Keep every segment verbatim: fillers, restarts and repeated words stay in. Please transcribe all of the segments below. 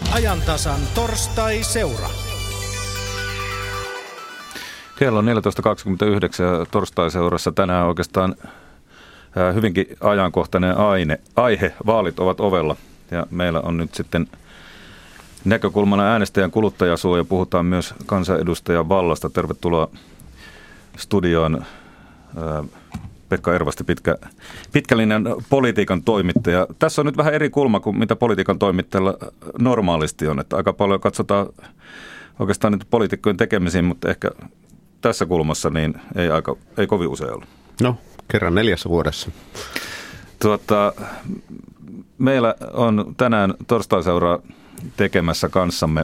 ajantasan torstai-seura. Kello on neljätoista kaksikymmentäyhdeksän ja torstai-seurassa tänään oikeastaan hyvinkin ajankohtainen aine, aihe. Vaalit ovat ovella ja meillä on nyt sitten näkökulmana äänestäjän kuluttajasuoja. Puhutaan myös kansanedustajan vallasta. Tervetuloa studioon Pekka Ervasti, pitkä, pitkällinen politiikan toimittaja. Tässä on nyt vähän eri kulma kuin mitä politiikan toimittajalla normaalisti on. Että aika paljon katsotaan oikeastaan nyt poliitikkojen tekemisiin, mutta ehkä tässä kulmassa niin ei, aika, ei kovin usein ollut. No, kerran neljässä vuodessa. Tuota, meillä on tänään torstai-seuraa tekemässä kanssamme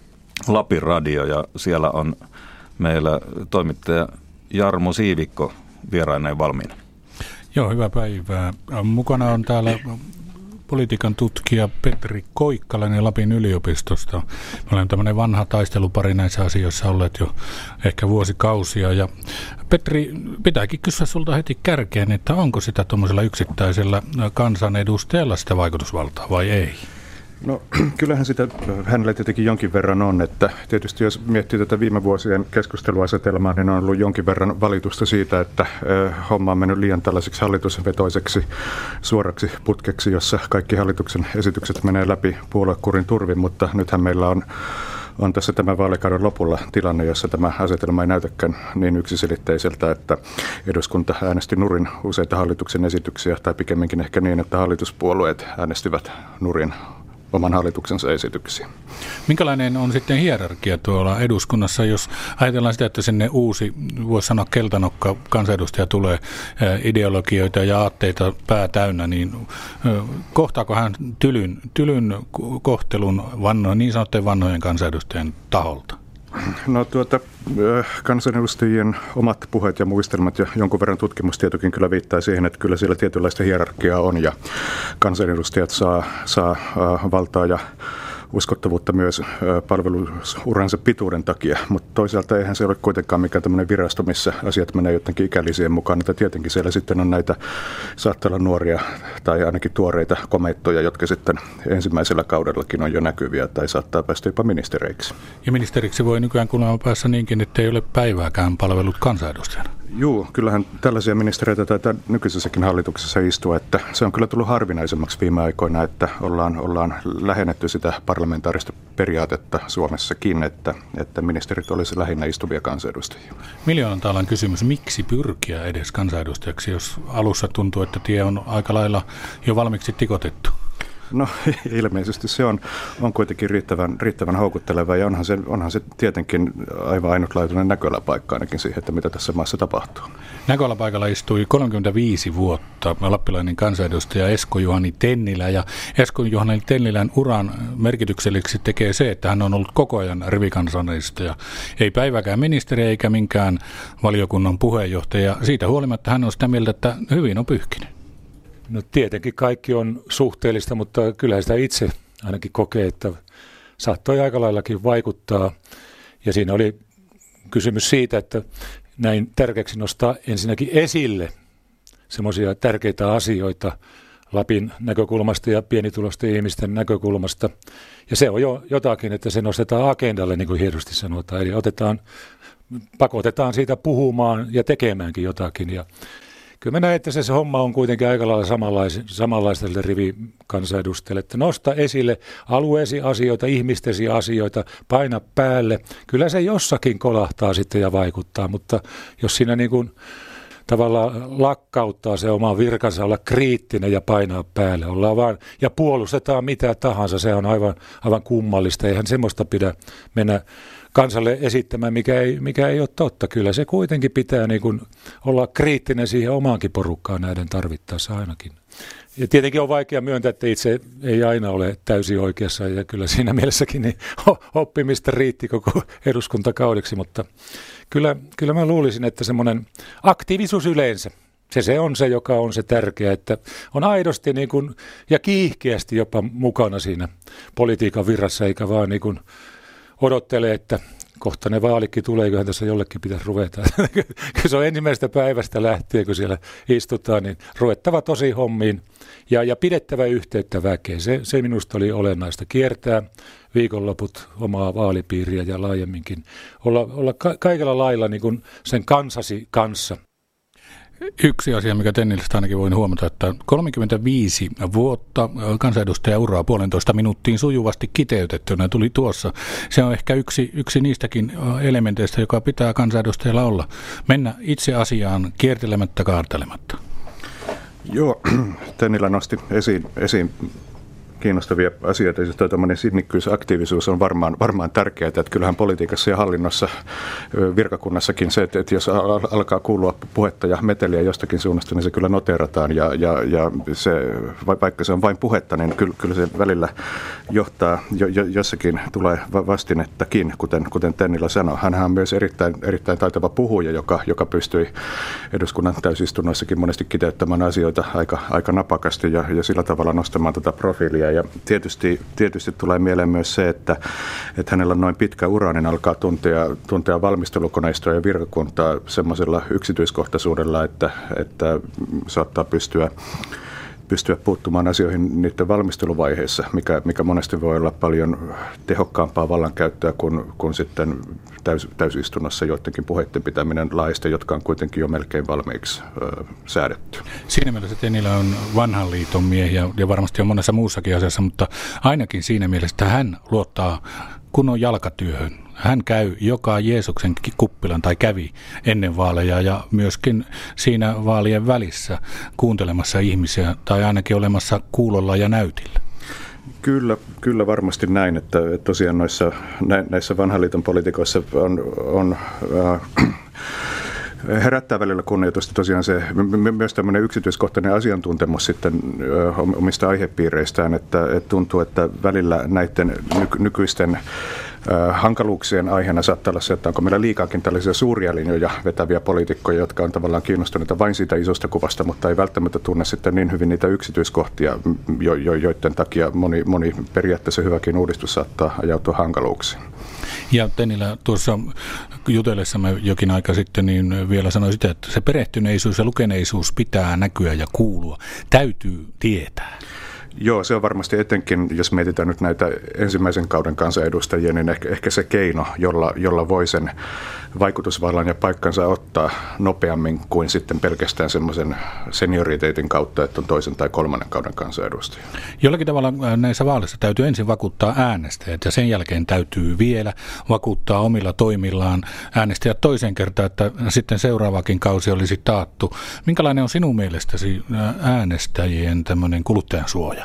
Lapin Radio ja siellä on meillä toimittaja Jarmo Siivikko vieraineen valmiina. Joo, hyvää päivää. Mukana on täällä politiikan tutkija Petri Koikkalainen Lapin yliopistosta. Me olemme tämmöinen vanha taistelupari näissä asioissa olleet jo ehkä vuosikausia. Ja Petri, pitääkin kysyä sulta heti kärkeen, että onko sitä tuommoisella yksittäisellä kansanedustajalla sitä vaikutusvaltaa vai ei? No kyllähän sitä hänellä tietenkin jonkin verran on, että tietysti jos miettii tätä viime vuosien keskusteluasetelmaa, niin on ollut jonkin verran valitusta siitä, että homma on mennyt liian tällaiseksi hallitusvetoiseksi suoraksi putkeksi, jossa kaikki hallituksen esitykset menee läpi puoluekurin turvin, mutta nythän meillä on On tässä tämän vaalikauden lopulla tilanne, jossa tämä asetelma ei näytäkään niin yksiselitteiseltä, että eduskunta äänesti nurin useita hallituksen esityksiä, tai pikemminkin ehkä niin, että hallituspuolueet äänestivät nurin oman hallituksensa esityksiä. Minkälainen on sitten hierarkia tuolla eduskunnassa, jos ajatellaan sitä, että sinne uusi, voisi sanoa keltanokka kansanedustaja tulee ideologioita ja aatteita pää täynnä, niin kohtaako hän tylyn, tylyn kohtelun vanno, niin sanottujen vanhojen kansanedustajien taholta? No tuota, kansanedustajien omat puheet ja muistelmat ja jonkun verran tutkimustietokin kyllä viittaa siihen, että kyllä siellä tietynlaista hierarkiaa on ja kansanedustajat saa, saa valtaa ja uskottavuutta myös palvelusuransa pituuden takia, mutta toisaalta eihän se ole kuitenkaan mikään tämmöinen virasto, missä asiat menee jotenkin ikälisien mukaan, että tietenkin siellä sitten on näitä, saattaa olla nuoria tai ainakin tuoreita komeittoja, jotka sitten ensimmäisellä kaudellakin on jo näkyviä tai saattaa päästä jopa ministereiksi. Ja ministeriksi voi nykyään kuulemma päässä niinkin, että ei ole päivääkään palvelut kansanedustajana. Juu, kyllähän tällaisia ministereitä taitaa nykyisessäkin hallituksessa istua, että se on kyllä tullut harvinaisemmaksi viime aikoina, että ollaan, ollaan lähennetty sitä parlamentaarista periaatetta Suomessakin, että, että ministerit olisi lähinnä istuvia kansanedustajia. Miljoonan taalan kysymys, miksi pyrkiä edes kansanedustajaksi, jos alussa tuntuu, että tie on aika lailla jo valmiiksi tikotettu? No ilmeisesti se on, on kuitenkin riittävän, riittävän houkutteleva ja onhan se, onhan se tietenkin aivan ainutlaatuinen näköalapaikka ainakin siihen, että mitä tässä maassa tapahtuu. Näköalapaikalla istui kolmekymmentäviisi vuotta lappilainen kansanedustaja Esko-Juhani Tennilä ja Esko-Juhani Tennilän uran merkitykselliseksi tekee se, että hän on ollut koko ajan rivikansanedustaja. Ei päiväkään ministeri eikä minkään valiokunnan puheenjohtaja. Siitä huolimatta hän on sitä mieltä, että hyvin on pyyhkinyt. No tietenkin kaikki on suhteellista, mutta kyllähän sitä itse ainakin kokee, että saattoi aika laillakin vaikuttaa. Ja siinä oli kysymys siitä, että näin tärkeäksi nostaa ensinnäkin esille semmoisia tärkeitä asioita Lapin näkökulmasta ja pienituloisten ihmisten näkökulmasta. Ja se on jo jotakin, että se nostetaan agendalle, niin kuin hienosti sanotaan. Eli otetaan, pakotetaan siitä puhumaan ja tekemäänkin jotakin. Ja kyllä mä näen, että se, se homma on kuitenkin aika lailla samanlaista, samanlaista rivikansanedustajille, että nosta esille alueesi asioita, ihmistesi asioita, paina päälle. Kyllä se jossakin kolahtaa sitten ja vaikuttaa, mutta jos siinä niin kuin tavallaan lakkauttaa se oma virkansa, olla kriittinen ja painaa päälle, ollaan vaan, ja puolustetaan mitä tahansa, se on aivan, aivan kummallista, eihän semmoista pidä mennä kansalle esittämään, mikä ei, mikä ei ole totta. Kyllä se kuitenkin pitää niin kuin olla kriittinen siihen omaankin porukkaan näiden tarvittaessa ainakin. Ja tietenkin on vaikea myöntää, että itse ei aina ole täysin oikeassa ja kyllä siinä mielessäkin niin oppimista riitti koko eduskuntakaudeksi, mutta kyllä, kyllä mä luulisin, että semmoinen aktiivisuus yleensä, se, se on se, joka on se tärkeä, että on aidosti niin kuin, ja kiihkeästi jopa mukana siinä politiikan virrassa, eikä vaan niin kuin odottele, että kohta ne vaalikin tulee, kyllähän tässä jollekin pitäisi ruveta. Kun se on ensimmäisestä päivästä lähtien, kun siellä istutaan, niin ruvettava tosi hommiin ja, ja pidettävä yhteyttä väkeen. Se, se minusta oli olennaista. Kiertää viikonloput omaa vaalipiiriä ja laajemminkin olla, olla ka- kaikella lailla niin kuin sen kansasi kanssa. Yksi asia, mikä Tennilästä ainakin voin huomata, että kolmekymmentäviisi vuotta kansanedustajauraa puolentoista minuuttiin sujuvasti kiteytettynä tuli tuossa. Se on ehkä yksi, yksi niistäkin elementeistä, joka pitää kansanedustajalla olla. Mennä itse asiaan kiertelemättä, kaartelematta. Joo, Tennilä nosti esiin, esiin kiinnostavia asioita. Siis tämmöinen sinnikkyys, aktiivisuus on varmaan, varmaan tärkeää, että kyllähän politiikassa ja hallinnossa, virkakunnassakin se, että, että jos alkaa kuulua puhetta ja meteliä jostakin suunnasta, niin se kyllä noteerataan ja, ja, ja se, vaikka se on vain puhetta, niin kyllä, kyllä se välillä johtaa, jo, jo, jossakin tulee vastinettakin, kuten, kuten Tennilä sanoi. Hänhän on myös erittäin, erittäin taitava puhuja, joka, joka pystyi eduskunnan täysistunnoissakin monesti kiteyttämään asioita aika, aika napakasti ja, ja sillä tavalla nostamaan tätä profiilia. Ja tietysti, tietysti tulee mieleen myös se, että, että hänellä on noin pitkä ura, niin alkaa tuntea, tuntea valmistelukoneistoa ja virkakuntaa semmoisella yksityiskohtaisuudella, että, että saattaa pystyä, pystyä puuttumaan asioihin niiden valmisteluvaiheessa, mikä, mikä monesti voi olla paljon tehokkaampaa vallankäyttöä kuin, kuin sitten täys, täysistunnossa joidenkin puheiden pitäminen laajista, jotka on kuitenkin jo melkein valmiiksi ö, säädetty. Siinä mielessä Tennilä on vanhan liiton miehiä ja varmasti on monessa muussakin asiassa, mutta ainakin siinä mielessä, että hän luottaa kunnon jalkatyöhön. Hän käy joka Jeesuksen kuppilan tai kävi ennen vaaleja ja myöskin siinä vaalien välissä kuuntelemassa ihmisiä tai ainakin olemassa kuulolla ja näytillä. Kyllä, kyllä varmasti näin, että, että tosiaan noissa, näissä vanhan liiton poliitikoissa on, on äh, herättää välillä kunnioitusta tosiaan se, myös tämmöinen yksityiskohtainen asiantuntemus sitten ö, omista aihepiireistään, että, että tuntuu, että välillä näiden nyky- nykyisten ö, hankaluuksien aiheena saattaa olla se, että onko meillä liikaakin tällaisia suuria linjoja vetäviä poliitikkoja, jotka on tavallaan kiinnostuneita vain siitä isosta kuvasta, mutta ei välttämättä tunne sitten niin hyvin niitä yksityiskohtia, jo, jo, joiden takia moni, moni periaatteessa hyväkin uudistus saattaa ajautua hankaluuksiin. Ja Tennilä tuossa jutellessamme jokin aika sitten niin vielä sanoi sitä, että se perehtyneisyys ja lukeneisuus pitää näkyä ja kuulua. Täytyy tietää. Joo, se on varmasti etenkin, jos mietitään nyt näitä ensimmäisen kauden kansanedustajia, niin ehkä, ehkä se keino, jolla, jolla voi sen vaikutusvallan ja paikkansa ottaa nopeammin kuin sitten pelkästään semmoisen senioriteetin kautta, että on toisen tai kolmannen kauden kansanedustaja. Jollakin tavalla näissä vaaleissa täytyy ensin vakuuttaa äänestäjät ja sen jälkeen täytyy vielä vakuuttaa omilla toimillaan äänestäjät toiseen kertaan, että sitten seuraavakin kausi olisi taattu. Minkälainen on sinun mielestäsi äänestäjien tämmöinen kuluttajansuoja?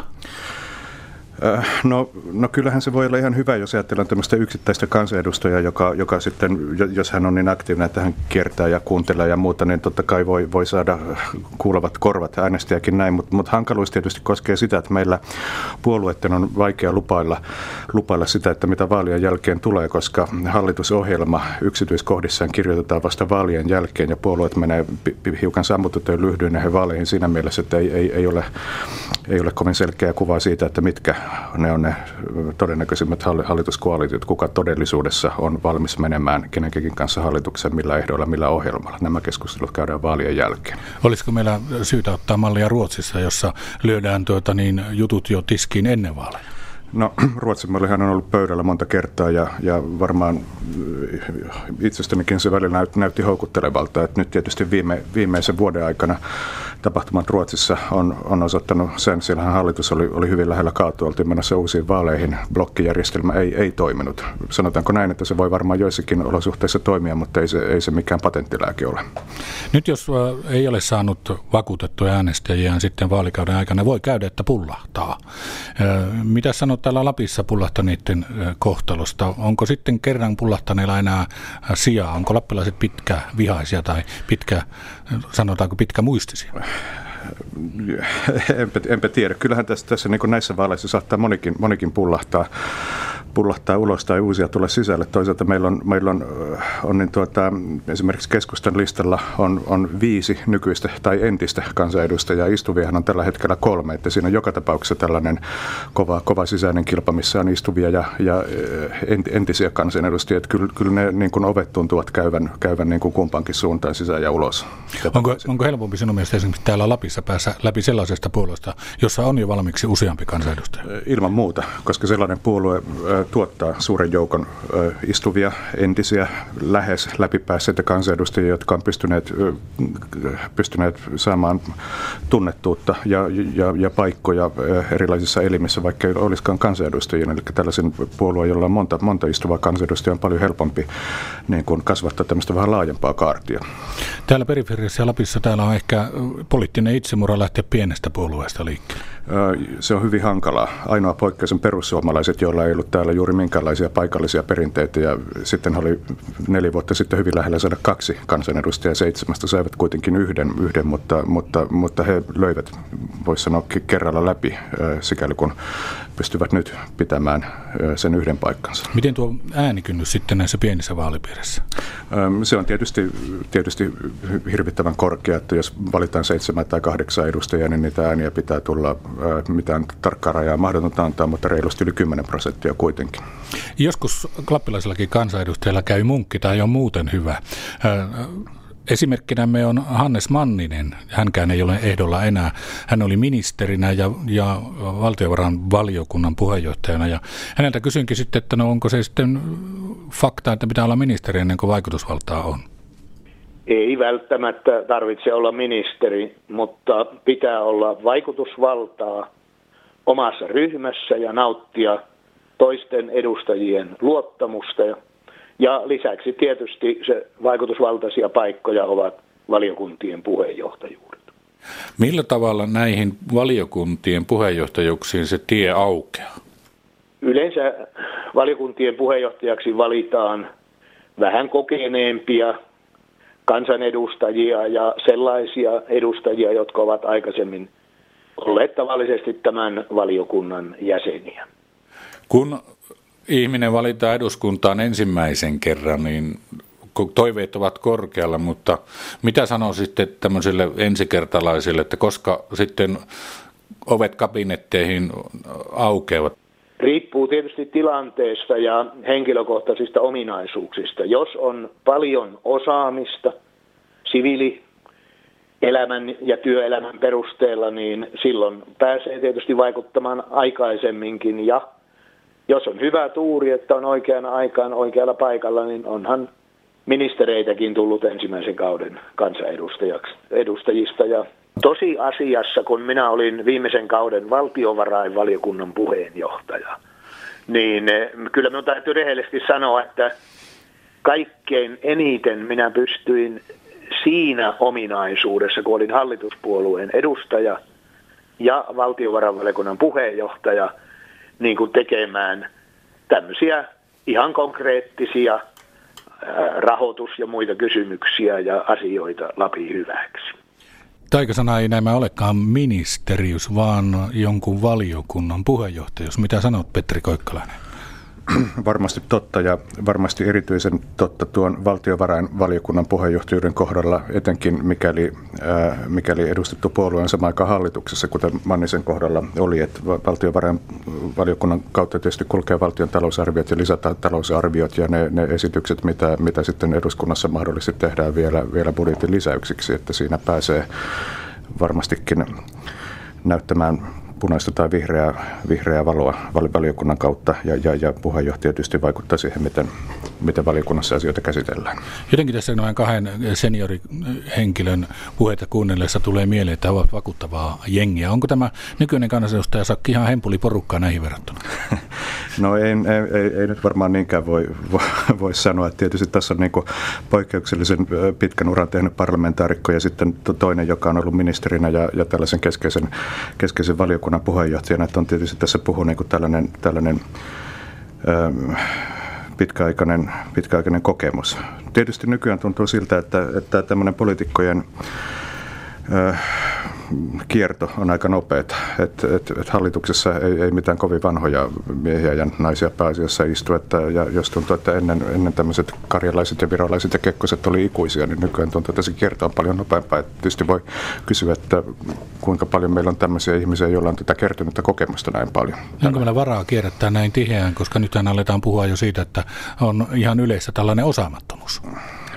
No, no kyllähän se voi olla ihan hyvä, jos ajatellaan tämmöistä yksittäistä kansanedustajaa, joka, joka sitten, jos hän on niin aktiivinen, että hän kiertää ja kuuntelee ja muuta, niin totta kai voi, voi saada kuulevat korvat äänestäjäkin näin, mutta mut hankaluus tietysti koskee sitä, että meillä puolueiden on vaikea lupailla, lupailla sitä, että mitä vaalien jälkeen tulee, koska hallitusohjelma yksityiskohdissaan kirjoitetaan vasta vaalien jälkeen ja puolueet menee hiukan sammutettujen lyhdyin näihin vaaleihin siinä mielessä, että ei, ei, ei, ole, ei ole kovin selkeää kuvaa siitä, että mitkä ne on ne todennäköisimmät hallituskoalitiot, kuka todellisuudessa on valmis menemään kenenkin kanssa hallituksen, millä ehdoilla, millä ohjelmalla. Nämä keskustelut käydään vaalien jälkeen. Olisiko meillä syytä ottaa mallia Ruotsissa, jossa lyödään tuota niin, jutut jo tiskiin ennen vaaleja? No, Ruotsin mallihan on ollut pöydällä monta kertaa ja, ja varmaan itsestänikin se välillä näytti, näytti houkuttelevalta, että nyt tietysti viime, viimeisen vuoden aikana tapahtumat Ruotsissa on, on osoittanut sen, siellähän hallitus oli, oli hyvin lähellä kaatua, oltiin menossa uusiin vaaleihin, blokkijärjestelmä ei, ei toiminut. Sanotaanko näin, että se voi varmaan joissakin olosuhteissa toimia, mutta ei se, ei se mikään patenttilääke ole. Nyt jos ei ole saanut vakuutettuja äänestäjiään sitten vaalikauden aikana, voi käydä, että pullahtaa. Mitä sanot täällä Lapissa pullahtaneiden kohtalosta? Onko sitten kerran pullahtaneilla enää sijaa? Onko lappilaiset pitkä vihaisia tai pitkä, sanotaanko pitkä muistisia? Enpä, enpä tiedä. Kyllähän tässä, tässä niin kuin näissä vaaleissa saattaa monikin, monikin pullahtaa, pullahtaa ulos tai uusia tulee sisälle. Toisaalta meillä on, meillä on, on niin tuota, esimerkiksi keskustan listalla on, on viisi nykyistä tai entistä kansanedustajaa. Istuviahan on tällä hetkellä kolme. Että siinä on joka tapauksessa tällainen kova, kova sisäinen kilpa, missä on istuvia ja, ja entisiä kansanedustajia. Että kyllä, kyllä ne niin kuin ovet tuntuvat käyvän, käyvän niin kuin kumpankin suuntaan sisään ja ulos. Onko, onko helpompi sinun mielestä esimerkiksi täällä Lapissa päässä läpi sellaisesta puolueesta, jossa on jo valmiiksi useampi kansanedustaja? Ilman muuta, koska sellainen puolue tuottaa suuren joukon istuvia, entisiä, lähes läpipäässeitä kansanedustajia, jotka on pystyneet, pystyneet saamaan tunnettuutta ja, ja, ja paikkoja erilaisissa elimissä, vaikka ei olisikaan kansanedustajia. Eli tällaisen puolueen, jolla on monta, monta istuvaa kansanedustajaa, on paljon helpompi niin kuin kasvattaa tämmöistä vähän laajempaa kaartia. Täällä periferiassa ja Lapissa täällä on ehkä poliittinen itsemurha lähteä pienestä puolueesta liikkeelle. Se on hyvin hankalaa. Ainoa poikkeus on perussuomalaiset, joilla ei ollut täällä juuri minkäänlaisia paikallisia perinteitä. Ja sitten oli neljä vuotta sitten hyvin lähellä saada kaksi kansanedustajaa seitsemästä. Saivat kuitenkin yhden, yhden mutta, mutta, mutta he löivät, voisi sanoa, kerralla läpi, sikäli kun pystyvät nyt pitämään sen yhden paikkansa. Miten tuo äänikynnys sitten näissä pienissä vaalipiirissä? Se on tietysti, tietysti hirvittävän korkea, että jos valitaan seitsemän tai kahdeksan edustajaa, niin niitä ääniä pitää tulla, mitään tarkkaa rajaa mahdotonta antaa, mutta reilusti yli kymmenen prosenttia kuitenkin. Joskus klappilaisellakin kansanedustajalla käy munkki tai on muuten hyvä. Esimerkkinämme on Hannes Manninen. Hänkään ei ole ehdolla enää. Hän oli ministerinä ja, ja valtiovarainvaliokunnan puheenjohtajana. Ja häneltä kysynkin sitten, että no onko se sitten fakta, että pitää olla ministeri ennen kuin vaikutusvaltaa on? Ei välttämättä tarvitse olla ministeri, mutta pitää olla vaikutusvaltaa omassa ryhmässä ja nauttia toisten edustajien luottamusta. Ja lisäksi tietysti se vaikutusvaltaisia paikkoja ovat valiokuntien puheenjohtajuudet. Millä tavalla näihin valiokuntien puheenjohtajuuksiin se tie aukeaa? Yleensä valiokuntien puheenjohtajaksi valitaan vähän kokeneempia kansanedustajia ja sellaisia edustajia, jotka ovat aikaisemmin olleet tavallisesti tämän valiokunnan jäseniä. Kun ihminen valitaan eduskuntaan ensimmäisen kerran, niin toiveet ovat korkealla, mutta mitä sanoo sitten tämmöisille ensikertalaisille, että koska sitten ovet kabinetteihin aukeavat? Riippuu tietysti tilanteesta ja henkilökohtaisista ominaisuuksista. Jos on paljon osaamista siviilielämän ja työelämän perusteella, niin silloin pääsee tietysti vaikuttamaan aikaisemminkin. Ja jos on hyvä tuuri, että on oikeana aikaan oikealla paikalla, niin onhan ministereitäkin tullut ensimmäisen kauden kansanedustajista. Ja tosiasiassa, kun minä olin viimeisen kauden valtiovarainvaliokunnan puheenjohtaja, niin kyllä minun täytyy rehellisesti sanoa, että kaikkein eniten minä pystyin siinä ominaisuudessa, kun olin hallituspuolueen edustaja ja valtiovarainvaliokunnan puheenjohtaja, niin kuin tekemään tämmöisiä ihan konkreettisia rahoitus- ja muita kysymyksiä ja asioita Lapin hyväksi. Taikasana ei näemmä olekaan ministeriys, vaan jonkun valiokunnan puheenjohtajuus. Mitä sanot, Petri Koikkalainen? Varmasti totta ja varmasti erityisen totta tuon valtiovarainvaliokunnan puheenjohtajuuden kohdalla, etenkin mikäli, ää, mikäli edustettu puolue on samaan aikaan hallituksessa, kuten Mannisen kohdalla oli, että valtiovarainvaliokunnan kautta tietysti kulkee valtion talousarviot ja lisätalousarviot ja ne, ne esitykset, mitä, mitä sitten eduskunnassa mahdollisesti tehdään vielä, vielä budjetin lisäyksiksi, että siinä pääsee varmastikin näyttämään punaista tai vihreää, vihreää valoa valiokunnan kautta ja, ja, ja puheenjohtaja tietysti vaikuttaa siihen, miten, miten valiokunnassa asioita käsitellään. Jotenkin tässä noin kahden seniorihenkilön puheita kuunnellessa tulee mieleen, että ovat vakuuttavaa jengiä. Onko tämä nykyinen kansanedustaja Sakki ihan hempuliporukkaa näihin verrattuna? No ei, ei, ei, ei nyt varmaan niinkään voi, voi, voi sanoa. Että tietysti tässä on niin kuin poikkeuksellisen pitkän uran tehnyt parlamentaarikko ja sitten toinen, joka on ollut ministerinä ja, ja tällaisen keskeisen, keskeisen valiokunnan puheenjohtajana, että on tietysti tässä puhuu niin kuin tällainen, tällainen ähm, pitkäaikainen, pitkäaikainen kokemus. Tietysti nykyään tuntuu siltä, että, että tämmöinen poliitikkojen äh, kierto on aika nopeata, että et, et hallituksessa ei, ei mitään kovin vanhoja miehiä ja naisia pääasiassa istu, että, ja jos tuntuu, että ennen, ennen tämmöiset karjalaiset ja virolaiset ja kekkoset oli ikuisia, niin nykyään tuntuu, että se kierto on paljon nopeampaa. Et tietysti voi kysyä, että kuinka paljon meillä on tämmöisiä ihmisiä, joilla on tätä kertynyttä kokemusta näin paljon. Onko meillä varaa kierrättää näin tiheään, koska nyt aletaan puhua jo siitä, että on ihan yleistä tällainen osaamattomuus?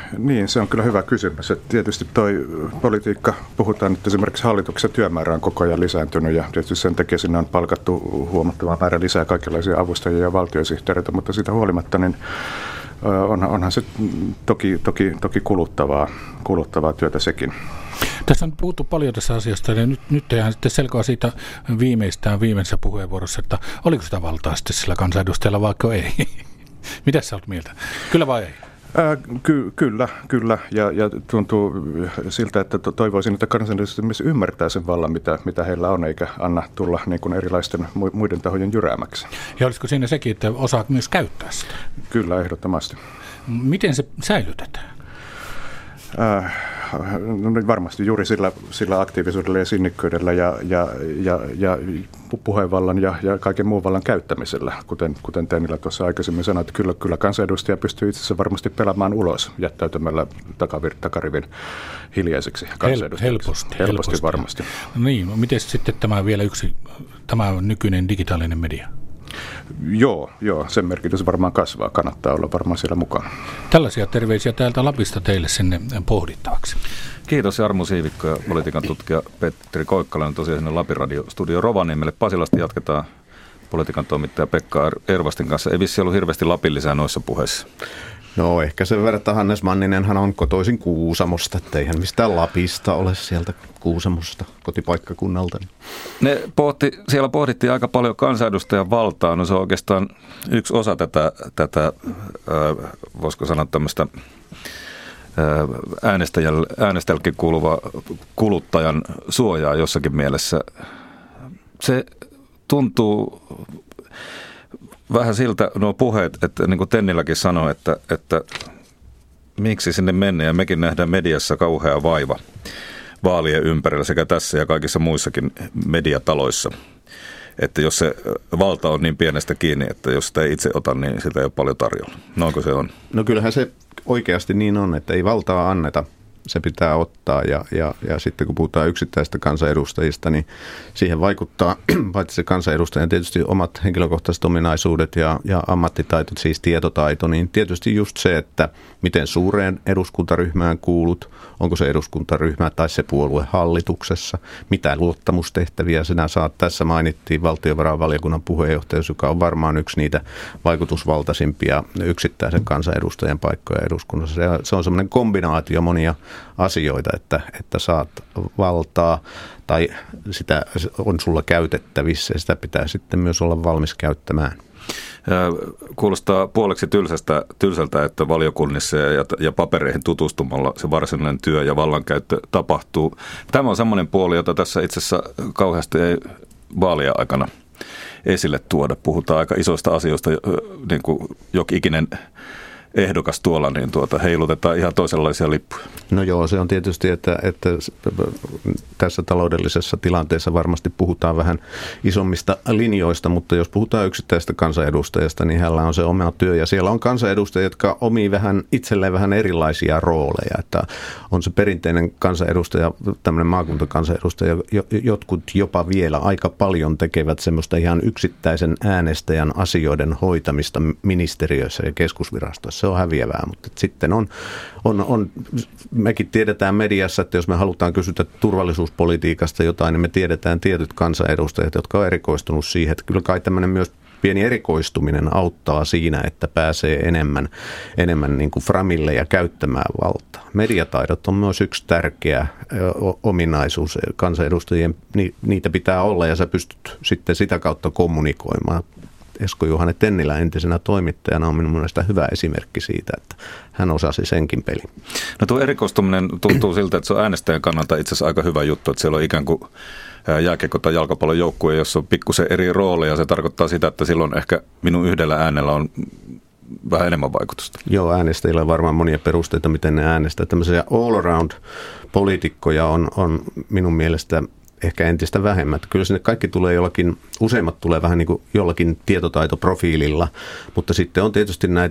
Niin, se on kyllä hyvä kysymys. Että tietysti toi politiikka, puhutaan, että esimerkiksi hallituksen työmäärä on koko ajan lisääntynyt ja tietysti sen takia sinne on palkattu huomattava määrä lisää kaikenlaisia avustajia ja valtiosihteereitä, mutta siitä huolimatta niin on, onhan se toki, toki, toki kuluttavaa, kuluttavaa työtä sekin. Tässä on puhuttu paljon tässä asiasta ja nyt, nyt tehdään sitten selkoa siitä viimeistään viimeisessä puheenvuorossa, että oliko sitä valtaa sitten sillä kansanedustajalla vaikka ei. Mitä sä olet mieltä? Kyllä vai ei? Ää, ky- kyllä, kyllä. Ja, ja tuntuu siltä, että to- toivoisin, että kansanedustajat myös ymmärtää sen vallan, mitä, mitä heillä on, eikä anna tulla niin kuin erilaisten mu- muiden tahojen jyräämäksi. Ja olisiko siinä sekin, että osaa myös käyttää sitä? Kyllä, ehdottomasti. Miten se säilytetään? Äh, no varmasti juuri sillä, sillä aktiivisuudella ja sinnikkyydellä ja, ja, ja, ja puheenvallan ja, ja kaiken muun vallan käyttämisellä, kuten, kuten Tennilä tuossa aikaisemmin sanoi, että kyllä, kyllä kansanedustaja pystyy itse asiassa varmasti pelaamaan ulos jättäytymällä takavir, takarivin hiljaiseksi kansanedustajaksi. Helposti, helposti. helposti. varmasti. Niin, no miten sitten tämä vielä yksi, tämä nykyinen digitaalinen media? Joo, joo, sen merkitys varmaan kasvaa, kannattaa olla varmaan siellä mukana. Tällaisia terveisiä täältä Lapista teille sinne pohdittavaksi. Kiitos Jarmo Siivikko ja politiikan tutkija Petteri Koikkalainen tosiaan sinne Lapin Radio-studio Rovaniemelle. Pasilasta jatketaan politiikan toimittaja Pekka Ervastin kanssa. Ei vissi ollut hirveästi Lapillisää noissa puheissa. No ehkä sen verran, että Hannes Manninenhan on kotoisin Kuusamosta, että eihän mistään Lapista ole sieltä Kuusamosta kotipaikkakunnalta. Ne pohti, siellä pohdittiin aika paljon kansanedustajan valtaa. No se on oikeastaan yksi osa tätä, tätä voisiko sanoa tämmöistä äänestäjällekin kuuluva kuluttajan suojaa jossakin mielessä. Se tuntuu vähän siltä nuo puheet, että niin kuin Tenniläkin sanoi, että, että miksi sinne mennä, ja mekin nähdään mediassa kauhea vaiva vaalien ympärillä sekä tässä ja kaikissa muissakin mediataloissa. Että jos se valta on niin pienestä kiinni, että jos sitä ei itse ota, niin sitä ei ole paljon tarjolla. Noinko se on? No kyllähän se oikeasti niin on, että ei valtaa anneta. Se pitää ottaa ja, ja, ja sitten kun puhutaan yksittäistä kansanedustajista, niin siihen vaikuttaa paitsi se kansanedustajan tietysti omat henkilökohtaiset ominaisuudet ja, ja ammattitaito, siis tietotaito, niin tietysti just se, että miten suureen eduskuntaryhmään kuulut, onko se eduskuntaryhmä tai se puolue hallituksessa, mitä luottamustehtäviä sinä saat. Tässä mainittiin valtiovarainvaliokunnan puheenjohtaja, joka on varmaan yksi niitä vaikutusvaltaisimpia yksittäisen kansanedustajan paikkoja eduskunnassa. Se on semmoinen kombinaatio monia asioita, että, että saat valtaa tai sitä on sulla käytettävissä ja sitä pitää sitten myös olla valmis käyttämään. Kuulostaa puoleksi tylsästä, tylsältä, että valiokunnissa ja, ja papereihin tutustumalla se varsinainen työ ja vallankäyttö tapahtuu. Tämä on semmoinen puoli, jota tässä itse asiassa kauheasti ei vaalia aikana esille tuoda. Puhutaan aika isoista asioista, niin kuin jokin ikinen ehdokas tuolla, niin tuota, heilutetaan ihan toisenlaisia lippuja. No joo, se on tietysti, että, että tässä taloudellisessa tilanteessa varmasti puhutaan vähän isommista linjoista, mutta jos puhutaan yksittäistä kansanedustajasta, niin hänellä on se oma työ ja siellä on kansanedustajia, jotka omii vähän itselleen vähän erilaisia rooleja, että on se perinteinen kansanedustaja, tämmöinen maakuntakansanedustaja, jotkut jopa vielä aika paljon tekevät semmoista ihan yksittäisen äänestäjän asioiden hoitamista ministeriöissä ja keskusvirastoissa. Se on häviävää, mutta sitten on, on, on, mekin tiedetään mediassa, että jos me halutaan kysyä turvallisuuspolitiikasta jotain, niin me tiedetään tietyt kansanedustajat, jotka on erikoistunut siihen, että kyllä kai tämmöinen myös pieni erikoistuminen auttaa siinä, että pääsee enemmän, enemmän niin kuin framille ja käyttämään valtaa. Mediataidot on myös yksi tärkeä ominaisuus. Kansanedustajien, niitä pitää olla ja sä pystyt sitten sitä kautta kommunikoimaan. Esko-Juhane Tennilä entisenä toimittajana on minun mielestä hyvä esimerkki siitä, että hän osasi senkin pelin. No tuo erikoistuminen tuntuu siltä, että se on äänestäjän kannalta itse asiassa aika hyvä juttu, että siellä on ikään kuin jääkiekko- tai jalkapallon joukkue, jossa on pikkusen eri rooleja. Se tarkoittaa sitä, että silloin ehkä minun yhdellä äänellä on vähän enemmän vaikutusta. Joo, äänestäjillä on varmaan monia perusteita, miten ne äänestää. Tämmöisiä all-around-poliitikkoja on, on minun mielestä ehkä entistä vähemmän. Kyllä sinne kaikki tulee jollakin, useimmat tulee vähän niin kuin jollakin tietotaitoprofiililla, mutta sitten on tietysti näitä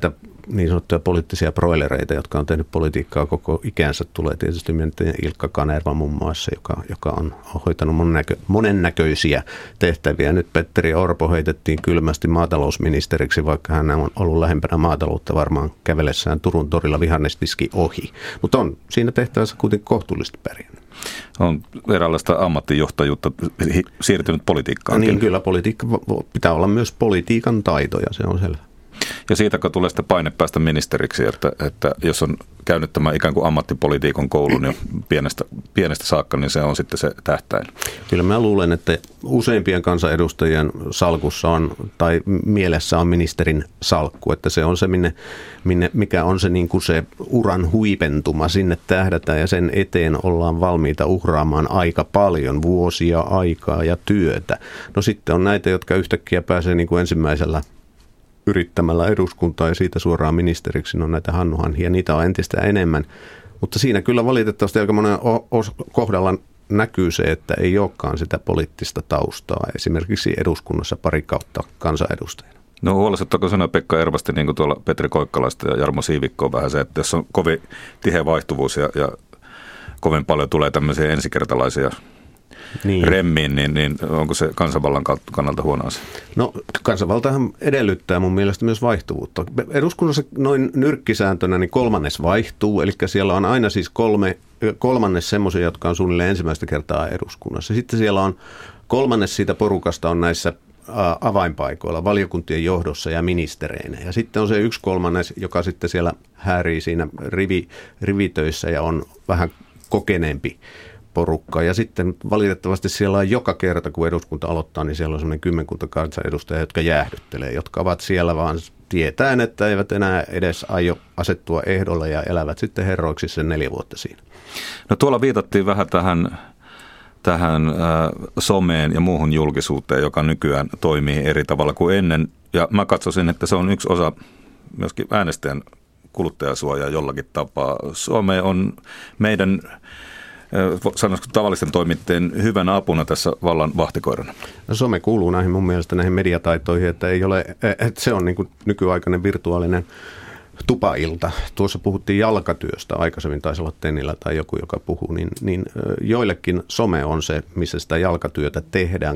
niin sanottuja poliittisia broilereita, jotka on tehnyt politiikkaa koko ikänsä. Tulee tietysti mieleen Ilkka Kanerva muun muassa, joka, joka on hoitanut monennäkö, monennäköisiä tehtäviä. Nyt Petteri Orpo heitettiin kylmästi maatalousministeriksi, vaikka hän on ollut lähempänä maataloutta varmaan kävelessään Turun torilla vihannestiski ohi. Mutta on siinä tehtävässä kuitenkin kohtuullisesti pärjännyt. On eräänlaista ammattijohtajuutta siirtynyt politiikkaan. Niin kyllä, politiikka pitää olla myös politiikan taitoja, se on selvä. Ja siitäkö tulee sitten paine päästä ministeriksi, että, että jos on käynyt tämä ikään kuin ammattipolitiikan koulun jo pienestä, pienestä saakka, niin se on sitten se tähtäin. Kyllä mä luulen, että useimpien kansanedustajien salkussa on, tai mielessä on ministerin salkku, että se on se, minne, minne, mikä on se, niin kuin se uran huipentuma, sinne tähdätään ja sen eteen ollaan valmiita uhraamaan aika paljon vuosia, aikaa ja työtä. No sitten on näitä, jotka yhtäkkiä pääsee niin kuin ensimmäisellä yrittämällä eduskuntaa ja siitä suoraan ministeriksi, on näitä hannuhanhia, niitä on entistä enemmän. Mutta siinä kyllä valitettavasti aika monen kohdalla näkyy se, että ei olekaan sitä poliittista taustaa, esimerkiksi eduskunnassa pari kautta kansanedustajana. No huolestuttaako sinä Pekka Ervasti, niin kuin tuolla Petri Koikkalaista ja Jarmo Siivikko on vähän se, että jos on kovin tiheä vaihtuvuus ja, ja kovin paljon tulee tämmöisiä ensikertalaisia Niin. remmiin, niin, niin onko se kansanvallan kannalta huono asia? No kansanvaltahan edellyttää mun mielestä myös vaihtuvuutta. Eduskunnassa noin nyrkkisääntönä niin kolmannes vaihtuu, eli siellä on aina siis kolme, kolmannes semmoisia, jotka on suunnilleen ensimmäistä kertaa eduskunnassa. Sitten siellä on kolmannes siitä porukasta on näissä avainpaikoilla, valiokuntien johdossa ja ministereinä. Ja sitten on se yksi kolmannes, joka sitten siellä häärii siinä rivi, rivitöissä ja on vähän kokeneempi porukkaa. Ja sitten valitettavasti siellä on joka kerta, kun eduskunta aloittaa, niin siellä on semmoinen kymmenkunta kansanedustajia, jotka jäähdyttelee, jotka ovat siellä vaan tietäen, että eivät enää edes aio asettua ehdolle ja elävät sitten herroiksi sen neljä vuotta siinä. No tuolla viitattiin vähän tähän, tähän äh, someen ja muuhun julkisuuteen, joka nykyään toimii eri tavalla kuin ennen. Ja mä katsoisin, että se on yksi osa myöskin äänestäjän kuluttajasuojaa jollakin tapaa. Some on meidän sanoisiko tavallisten toimittajien hyvänä apuna tässä vallan vahtikoirana? No, some kuuluu näihin mun mielestä näihin mediataitoihin, että ei ole, että se on niin kuin nykyaikainen virtuaalinen tupailta. Tuossa puhuttiin jalkatyöstä, aikaisemmin taisi olla Tennilä tai joku, joka puhuu, niin, niin joillekin some on se, missä sitä jalkatyötä tehdään.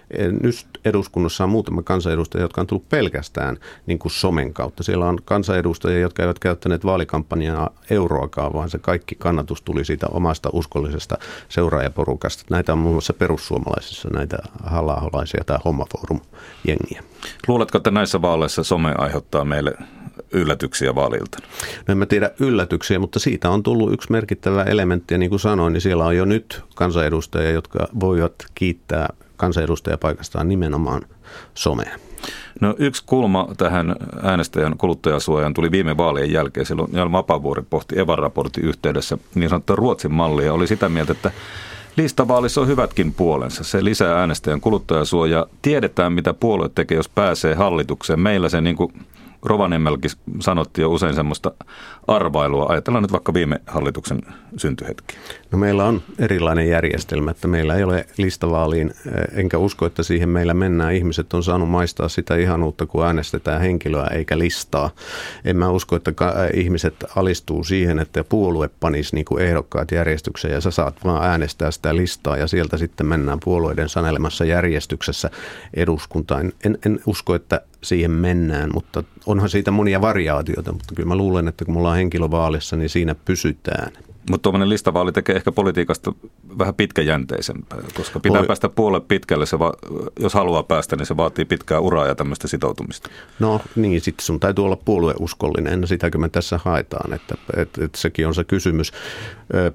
Nyt eduskunnassa on muutama kansanedustaja, jotka on tullut pelkästään niin kuin somen kautta. Siellä on kansanedustajia, jotka eivät käyttäneet vaalikampanjaa euroakaan, vaan se kaikki kannatus tuli siitä omasta uskollisesta seuraajaporukasta. Näitä on muun muassa perussuomalaisissa, näitä halla-aholaisia tai Hommaforum-jengiä. Luuletko, että näissä vaaleissa some aiheuttaa meille yllätyksiä vaaliilta? No en mä tiedä yllätyksiä, mutta siitä on tullut yksi merkittävä elementti, ja niin kuin sanoin, niin siellä on jo nyt kansanedustajia, jotka voivat kiittää kansanedustajapaikastaan nimenomaan somea. No yksi kulma tähän äänestäjän kuluttajasuojaan tuli viime vaalien jälkeen. Silloin Jan Vapaavuori pohti Evan-raportin yhteydessä niin sanottua Ruotsin mallia. Oli sitä mieltä, että listavaalissa on hyvätkin puolensa. Se lisää äänestäjän kuluttajasuojaa. Tiedetään, mitä puolue tekee, jos pääsee hallitukseen. Meillä se niin kuin Rovaniemelläkin sanottiin jo usein semmoista arvailua. Ajatellaan nyt vaikka viime hallituksen syntyhetki. No meillä on erilainen järjestelmä, että meillä ei ole listavaaliin, enkä usko, että siihen meillä mennään. Ihmiset on saanut maistaa sitä ihanuutta, kun äänestetään henkilöä eikä listaa. En mä usko, että ihmiset alistuu siihen, että puolue panisi niin kuin ehdokkaat järjestykseen ja sä saat vaan äänestää sitä listaa ja sieltä sitten mennään puolueiden sanelemassa järjestyksessä eduskuntaan. En, en usko, että siihen mennään, mutta onhan siitä monia variaatioita, mutta kyllä mä luulen, että kun me ollaan henkilövaalissa, niin siinä pysytään. Mutta tuommoinen listavaali tekee ehkä politiikasta vähän pitkäjänteisempää, koska pitää Voi. päästä puolelle pitkälle, se va- jos haluaa päästä, niin se vaatii pitkää uraa ja tämmöistä sitoutumista. No niin, sitten sun täytyy olla puolueuskollinen, sitäkö me tässä haetaan, että, että, että sekin on se kysymys. Ö,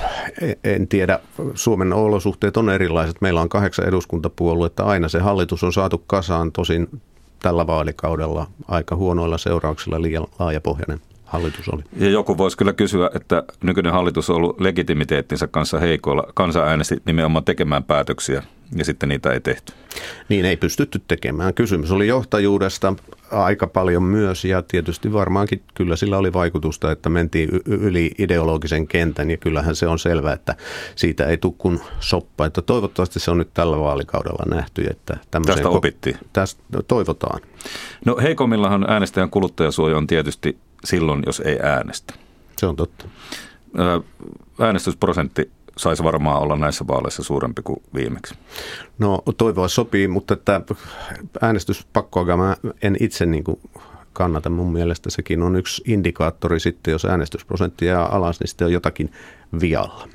en tiedä, Suomen olosuhteet on erilaiset, meillä on kahdeksan eduskuntapuoluetta, aina se hallitus on saatu kasaan, tosin tällä vaalikaudella aika huonoilla seurauksilla liian laajapohjainen hallitus oli. Ja joku voisi kyllä kysyä, että nykyinen hallitus on ollut legitimiteettinsä kanssa heikoilla. Kansa äänesti nimenomaan tekemään päätöksiä ja sitten niitä ei tehty. Niin ei pystytty tekemään. Kysymys oli johtajuudesta aika paljon myös ja tietysti varmaankin kyllä sillä oli vaikutusta, että mentiin yli ideologisen kentän ja kyllähän se on selvää, että siitä ei tule kuin soppa. Että toivottavasti se on nyt tällä vaalikaudella nähty. Että tästä ko- opittiin. Tästä toivotaan. No heikommillahan äänestäjän kuluttajasuoja on tietysti silloin, jos ei äänestä. Se on totta. Äänestysprosentti saisi varmaan olla näissä vaaleissa suurempi kuin viimeksi. No toivoa sopii, mutta että äänestyspakkoa mä en itse niin kuin kannata. Mun mielestä sekin on yksi indikaattori sitten, jos äänestysprosentti jää alas, niin sitten on jotakin vialla.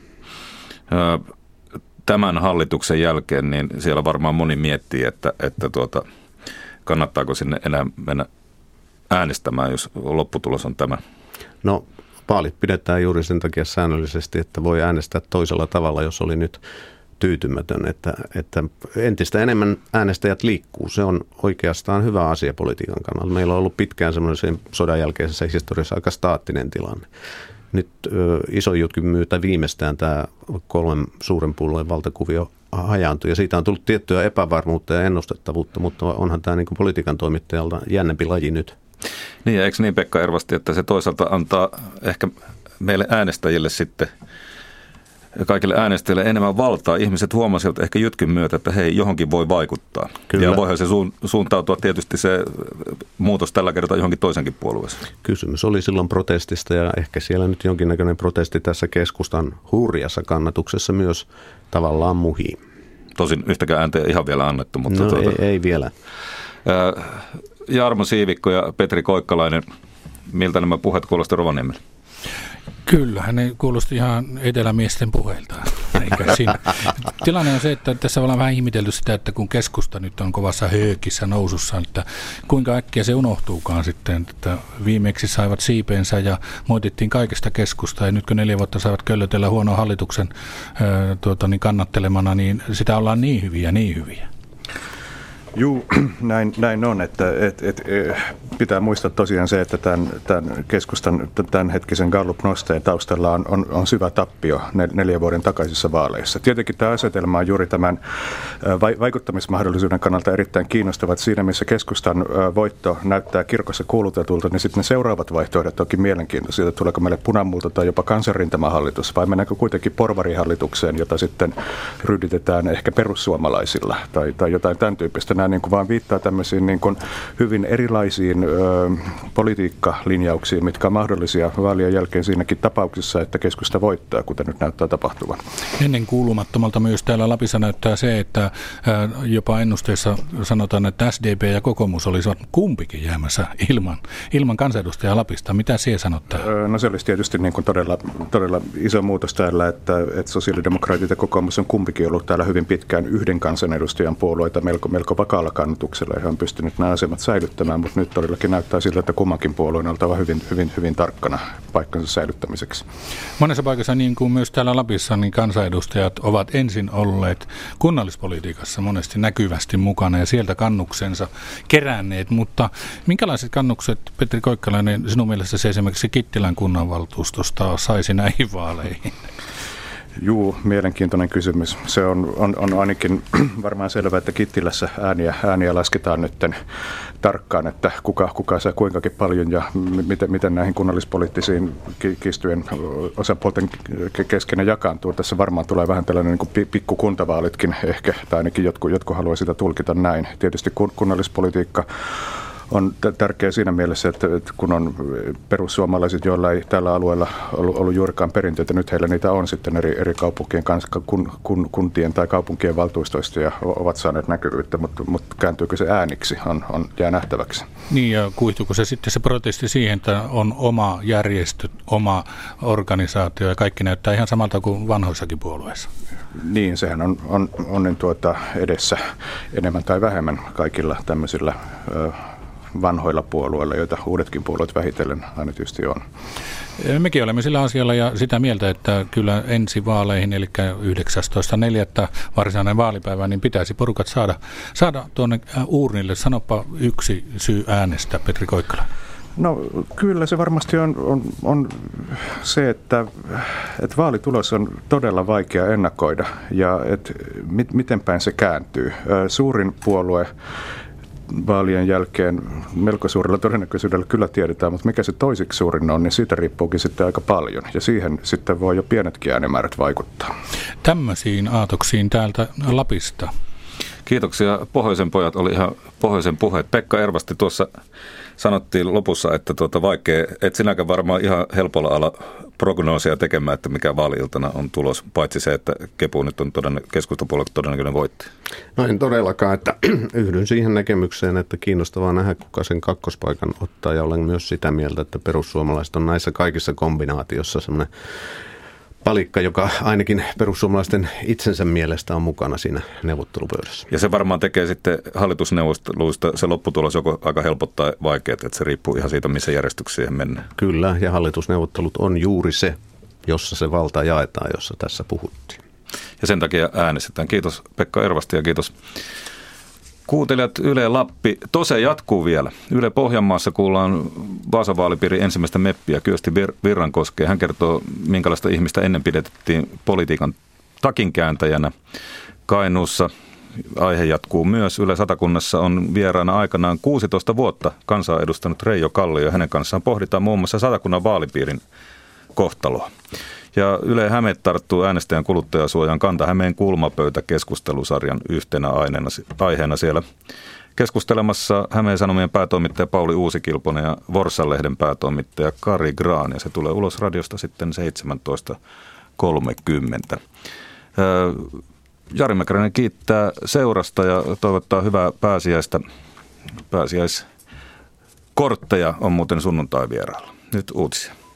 Tämän hallituksen jälkeen niin siellä varmaan moni miettii, että, että tuota, kannattaako sinne enää mennä äänestämään, jos lopputulos on tämä. No vaalit pidetään juuri sen takia säännöllisesti, että voi äänestää toisella tavalla, jos oli nyt tyytymätön, että, että entistä enemmän äänestäjät liikkuu. Se on oikeastaan hyvä asia politiikan kannalta. Meillä on ollut pitkään semmoisen sodan jälkeisessä historiassa aika staattinen tilanne. Nyt ö, iso jutki myytä viimeistään tämä kolmen suuren puolueen valtakuvio hajaantui ja siitä on tullut tiettyä epävarmuutta ja ennustettavuutta, mutta onhan tämä niin kuin politiikan toimittajalta jännempi laji nyt. Niin ja eikö niin Pekka Ervasti, että se toisaalta antaa ehkä meille äänestäjille sitten kaikille äänestäjille enemmän valtaa. Ihmiset huomasivat ehkä jytkin myötä, että hei, johonkin voi vaikuttaa. Kyllä. Ja voihan se suuntautua tietysti se muutos tällä kertaa johonkin toisenkin puolueeseen. Kysymys oli silloin protestista ja ehkä siellä nyt jonkinnäköinen protesti tässä keskustan hurjassa kannatuksessa myös tavallaan muhii. Tosin yhtäkään ääntä ei ihan vielä annettu. Mutta no tuota, ei, ei vielä. Ää, Jarmo Siivikko ja Petri Koikkalainen, miltä nämä puheet kuulosti Rovaniemellä? Kyllähän ne kuulosti ihan etelämiesten puheilta. Eikä siinä. Tilanne on se, että tässä ollaan vähän ihmetelty sitä, että kun keskusta nyt on kovassa höökissä nousussa, että kuinka äkkiä se unohtuukaan sitten, että viimeksi saivat siipensä ja moitittiin kaikesta keskusta ja nyt kun neljä vuotta saivat köllötellä huonon hallituksen ää, tuota, niin kannattelemana, niin sitä ollaan niin hyviä, niin hyviä. Juu, näin, näin on, että et, et, pitää muistaa tosiaan se, että tämän, tämän keskustan tämänhetkisen Gallup-nosteen taustalla on, on, on syvä tappio neljän vuoden takaisissa vaaleissa. Tietenkin tämä asetelma on juuri tämän vaikuttamismahdollisuuden kannalta erittäin kiinnostava, että siinä missä keskustan voitto näyttää kirkossa kuulutetulta, niin sitten ne seuraavat vaihtoehdot onkin mielenkiintoisia, tuleeko meille punamulta tai jopa kansanrintamahallitus, vai mennäänkö kuitenkin porvarihallitukseen, jota sitten ryhdytetään ehkä perussuomalaisilla tai, tai jotain tämän tyyppistä. Nämä niin kuin vaan viittaa tämmöisiin niin kuin hyvin erilaisiin ö, politiikkalinjauksiin, mitkä on mahdollisia vaalien jälkeen siinäkin tapauksessa, että keskusta voittaa, kuten nyt näyttää tapahtuvan. Ennen kuulumattomalta myös täällä Lapissa näyttää se, että jopa ennusteessa sanotaan, että S D P ja kokoomus olisivat kumpikin jäämässä ilman, ilman kansanedustajaa Lapista. Mitä siellä sanot tähän? No se olisi tietysti niin kuin todella, todella iso muutos täällä, että, että sosiaalidemokraatit ja kokoomus on kumpikin ollut täällä hyvin pitkään yhden kansanedustajan puolueita melko, melko vakaalla kannatuksella ja he on pystynyt nämä asemat säilyttämään, mutta nyt todellakin näyttää siltä, että kummankin puolueen on oltava hyvin, hyvin, hyvin tarkkana paikkansa säilyttämiseksi. Monessa paikassa, niin kuin myös täällä Lapissa, niin kansanedustajat ovat ensin olleet kunnallispolitiikassa monesti näkyvästi mukana ja sieltä kannuksensa keränneet, mutta minkälaiset kannukset, Petri Koikkalainen, sinun mielestä se esimerkiksi Kittilän kunnanvaltuustosta saisi näihin vaaleihin? Juu, mielenkiintoinen kysymys. Se on, on, on ainakin varmaan selvää, että Kittilässä ääniä, ääniä lasketaan nyt tarkkaan, että kuka, kuka saa kuinkakin paljon ja miten, miten näihin kunnallispoliittisiin kiistojen osapuolten kesken jakaantuu. Tässä varmaan tulee vähän tällainen niin kuin pikkukuntavaalitkin ehkä, tai ainakin jotkut, jotkut haluaa sitä tulkita näin. Tietysti kunnallispolitiikka on tärkeää siinä mielessä, että kun on perussuomalaiset, joilla ei tällä alueella ollut, ollut juurikaan perinteitä, nyt heillä niitä on sitten eri, eri kaupunkien kanssa, kun, kun, kuntien tai kaupunkien valtuustoista ja ovat saaneet näkyvyyttä, mutta, mutta kääntyykö se ääniksi, on, on jää nähtäväksi. Niin ja kuihtuuko se sitten se protesti siihen, että on oma järjestö, oma organisaatio ja kaikki näyttää ihan samalta kuin vanhoissakin puolueissa? Niin, sehän on, on, on niin tuota edessä enemmän tai vähemmän kaikilla tämmöisillä ö, vanhoilla puolueilla, joita uudetkin puolueet vähitellen aina tietysti on. Mekin olemme sillä asialla ja sitä mieltä, että kyllä ensi vaaleihin, eli yhdeksästoista neljättä varsinainen vaalipäivä, niin pitäisi porukat saada, saada tuonne uurnille. Sanopa yksi syy äänestä, Petri Koikkala. No kyllä se varmasti on, on, on se, että, että vaalitulos on todella vaikea ennakoida ja että mit, miten päin se kääntyy. Suurin puolue vaalien jälkeen melko suurella todennäköisyydellä kyllä tiedetään, mutta mikä se toisiksi suurin on, niin siitä riippuukin sitten aika paljon. Ja siihen sitten voi jo pienetkin äänimäärät vaikuttaa. Tämmöisiin aatoksiin täältä Lapista. Kiitoksia. Pohjoisen pojat oli ihan pohjoisen puheet. Pekka Ervasti tuossa sanottiin lopussa, että tuota vaikea, et sinäkään varmaan ihan helpolla ala prognoosia tekemään, että mikä vaali-iltana on tulos, paitsi se, että Kepu nyt on todennä, keskustapuolella todennäköinen voitti. No en todellakaan, että yhdyn siihen näkemykseen, että kiinnostavaa nähdä, kuka sen kakkospaikan ottaa, ja olen myös sitä mieltä, että perussuomalaiset on näissä kaikissa kombinaatiossa semmoinen palikka, joka ainakin perussuomalaisten itsensä mielestä on mukana siinä neuvottelupöydässä. Ja se varmaan tekee sitten hallitusneuvotteluista se lopputulos joko aika helpot tai vaikeat, että se riippuu ihan siitä, missä järjestykseen mennään. Kyllä, ja hallitusneuvottelut on juuri se, jossa se valta jaetaan, jossa tässä puhuttiin. Ja sen takia äänestetään. Kiitos Pekka Ervasti ja kiitos kuuntelijat. Yle Lappi. Tose jatkuu vielä. Yle Pohjanmaassa kuullaan Vaasan vaalipiirin ensimmäistä meppiä Kyösti Virrankoskea. Hän kertoo, minkälaista ihmistä ennen pidettiin politiikan takinkääntäjänä. Kainuussa aihe jatkuu myös. Yle Satakunnassa on vieraana aikanaan kuusitoista vuotta kansaa edustanut Reijo Kallio. Hänen kanssaan pohditaan muun muassa Satakunnan vaalipiirin kohtaloa. Ja Yle Häme tarttuu äänestäjän kuluttajasuojan Kanta-Hämeen kulmapöytä-keskustelusarjan yhtenä aineena, aiheena siellä keskustelemassa Hämeen Sanomien päätoimittaja Pauli Uusikilponen ja Vorsan-lehden päätoimittaja Kari Graan. Ja se tulee ulos radiosta sitten seitsemäntoista kolmekymmentä. Jari Mäkäräinen kiittää seurasta ja toivottaa hyvää pääsiäistä. Pääsiäiskortteja on muuten sunnuntai vierailla. Nyt uutisia.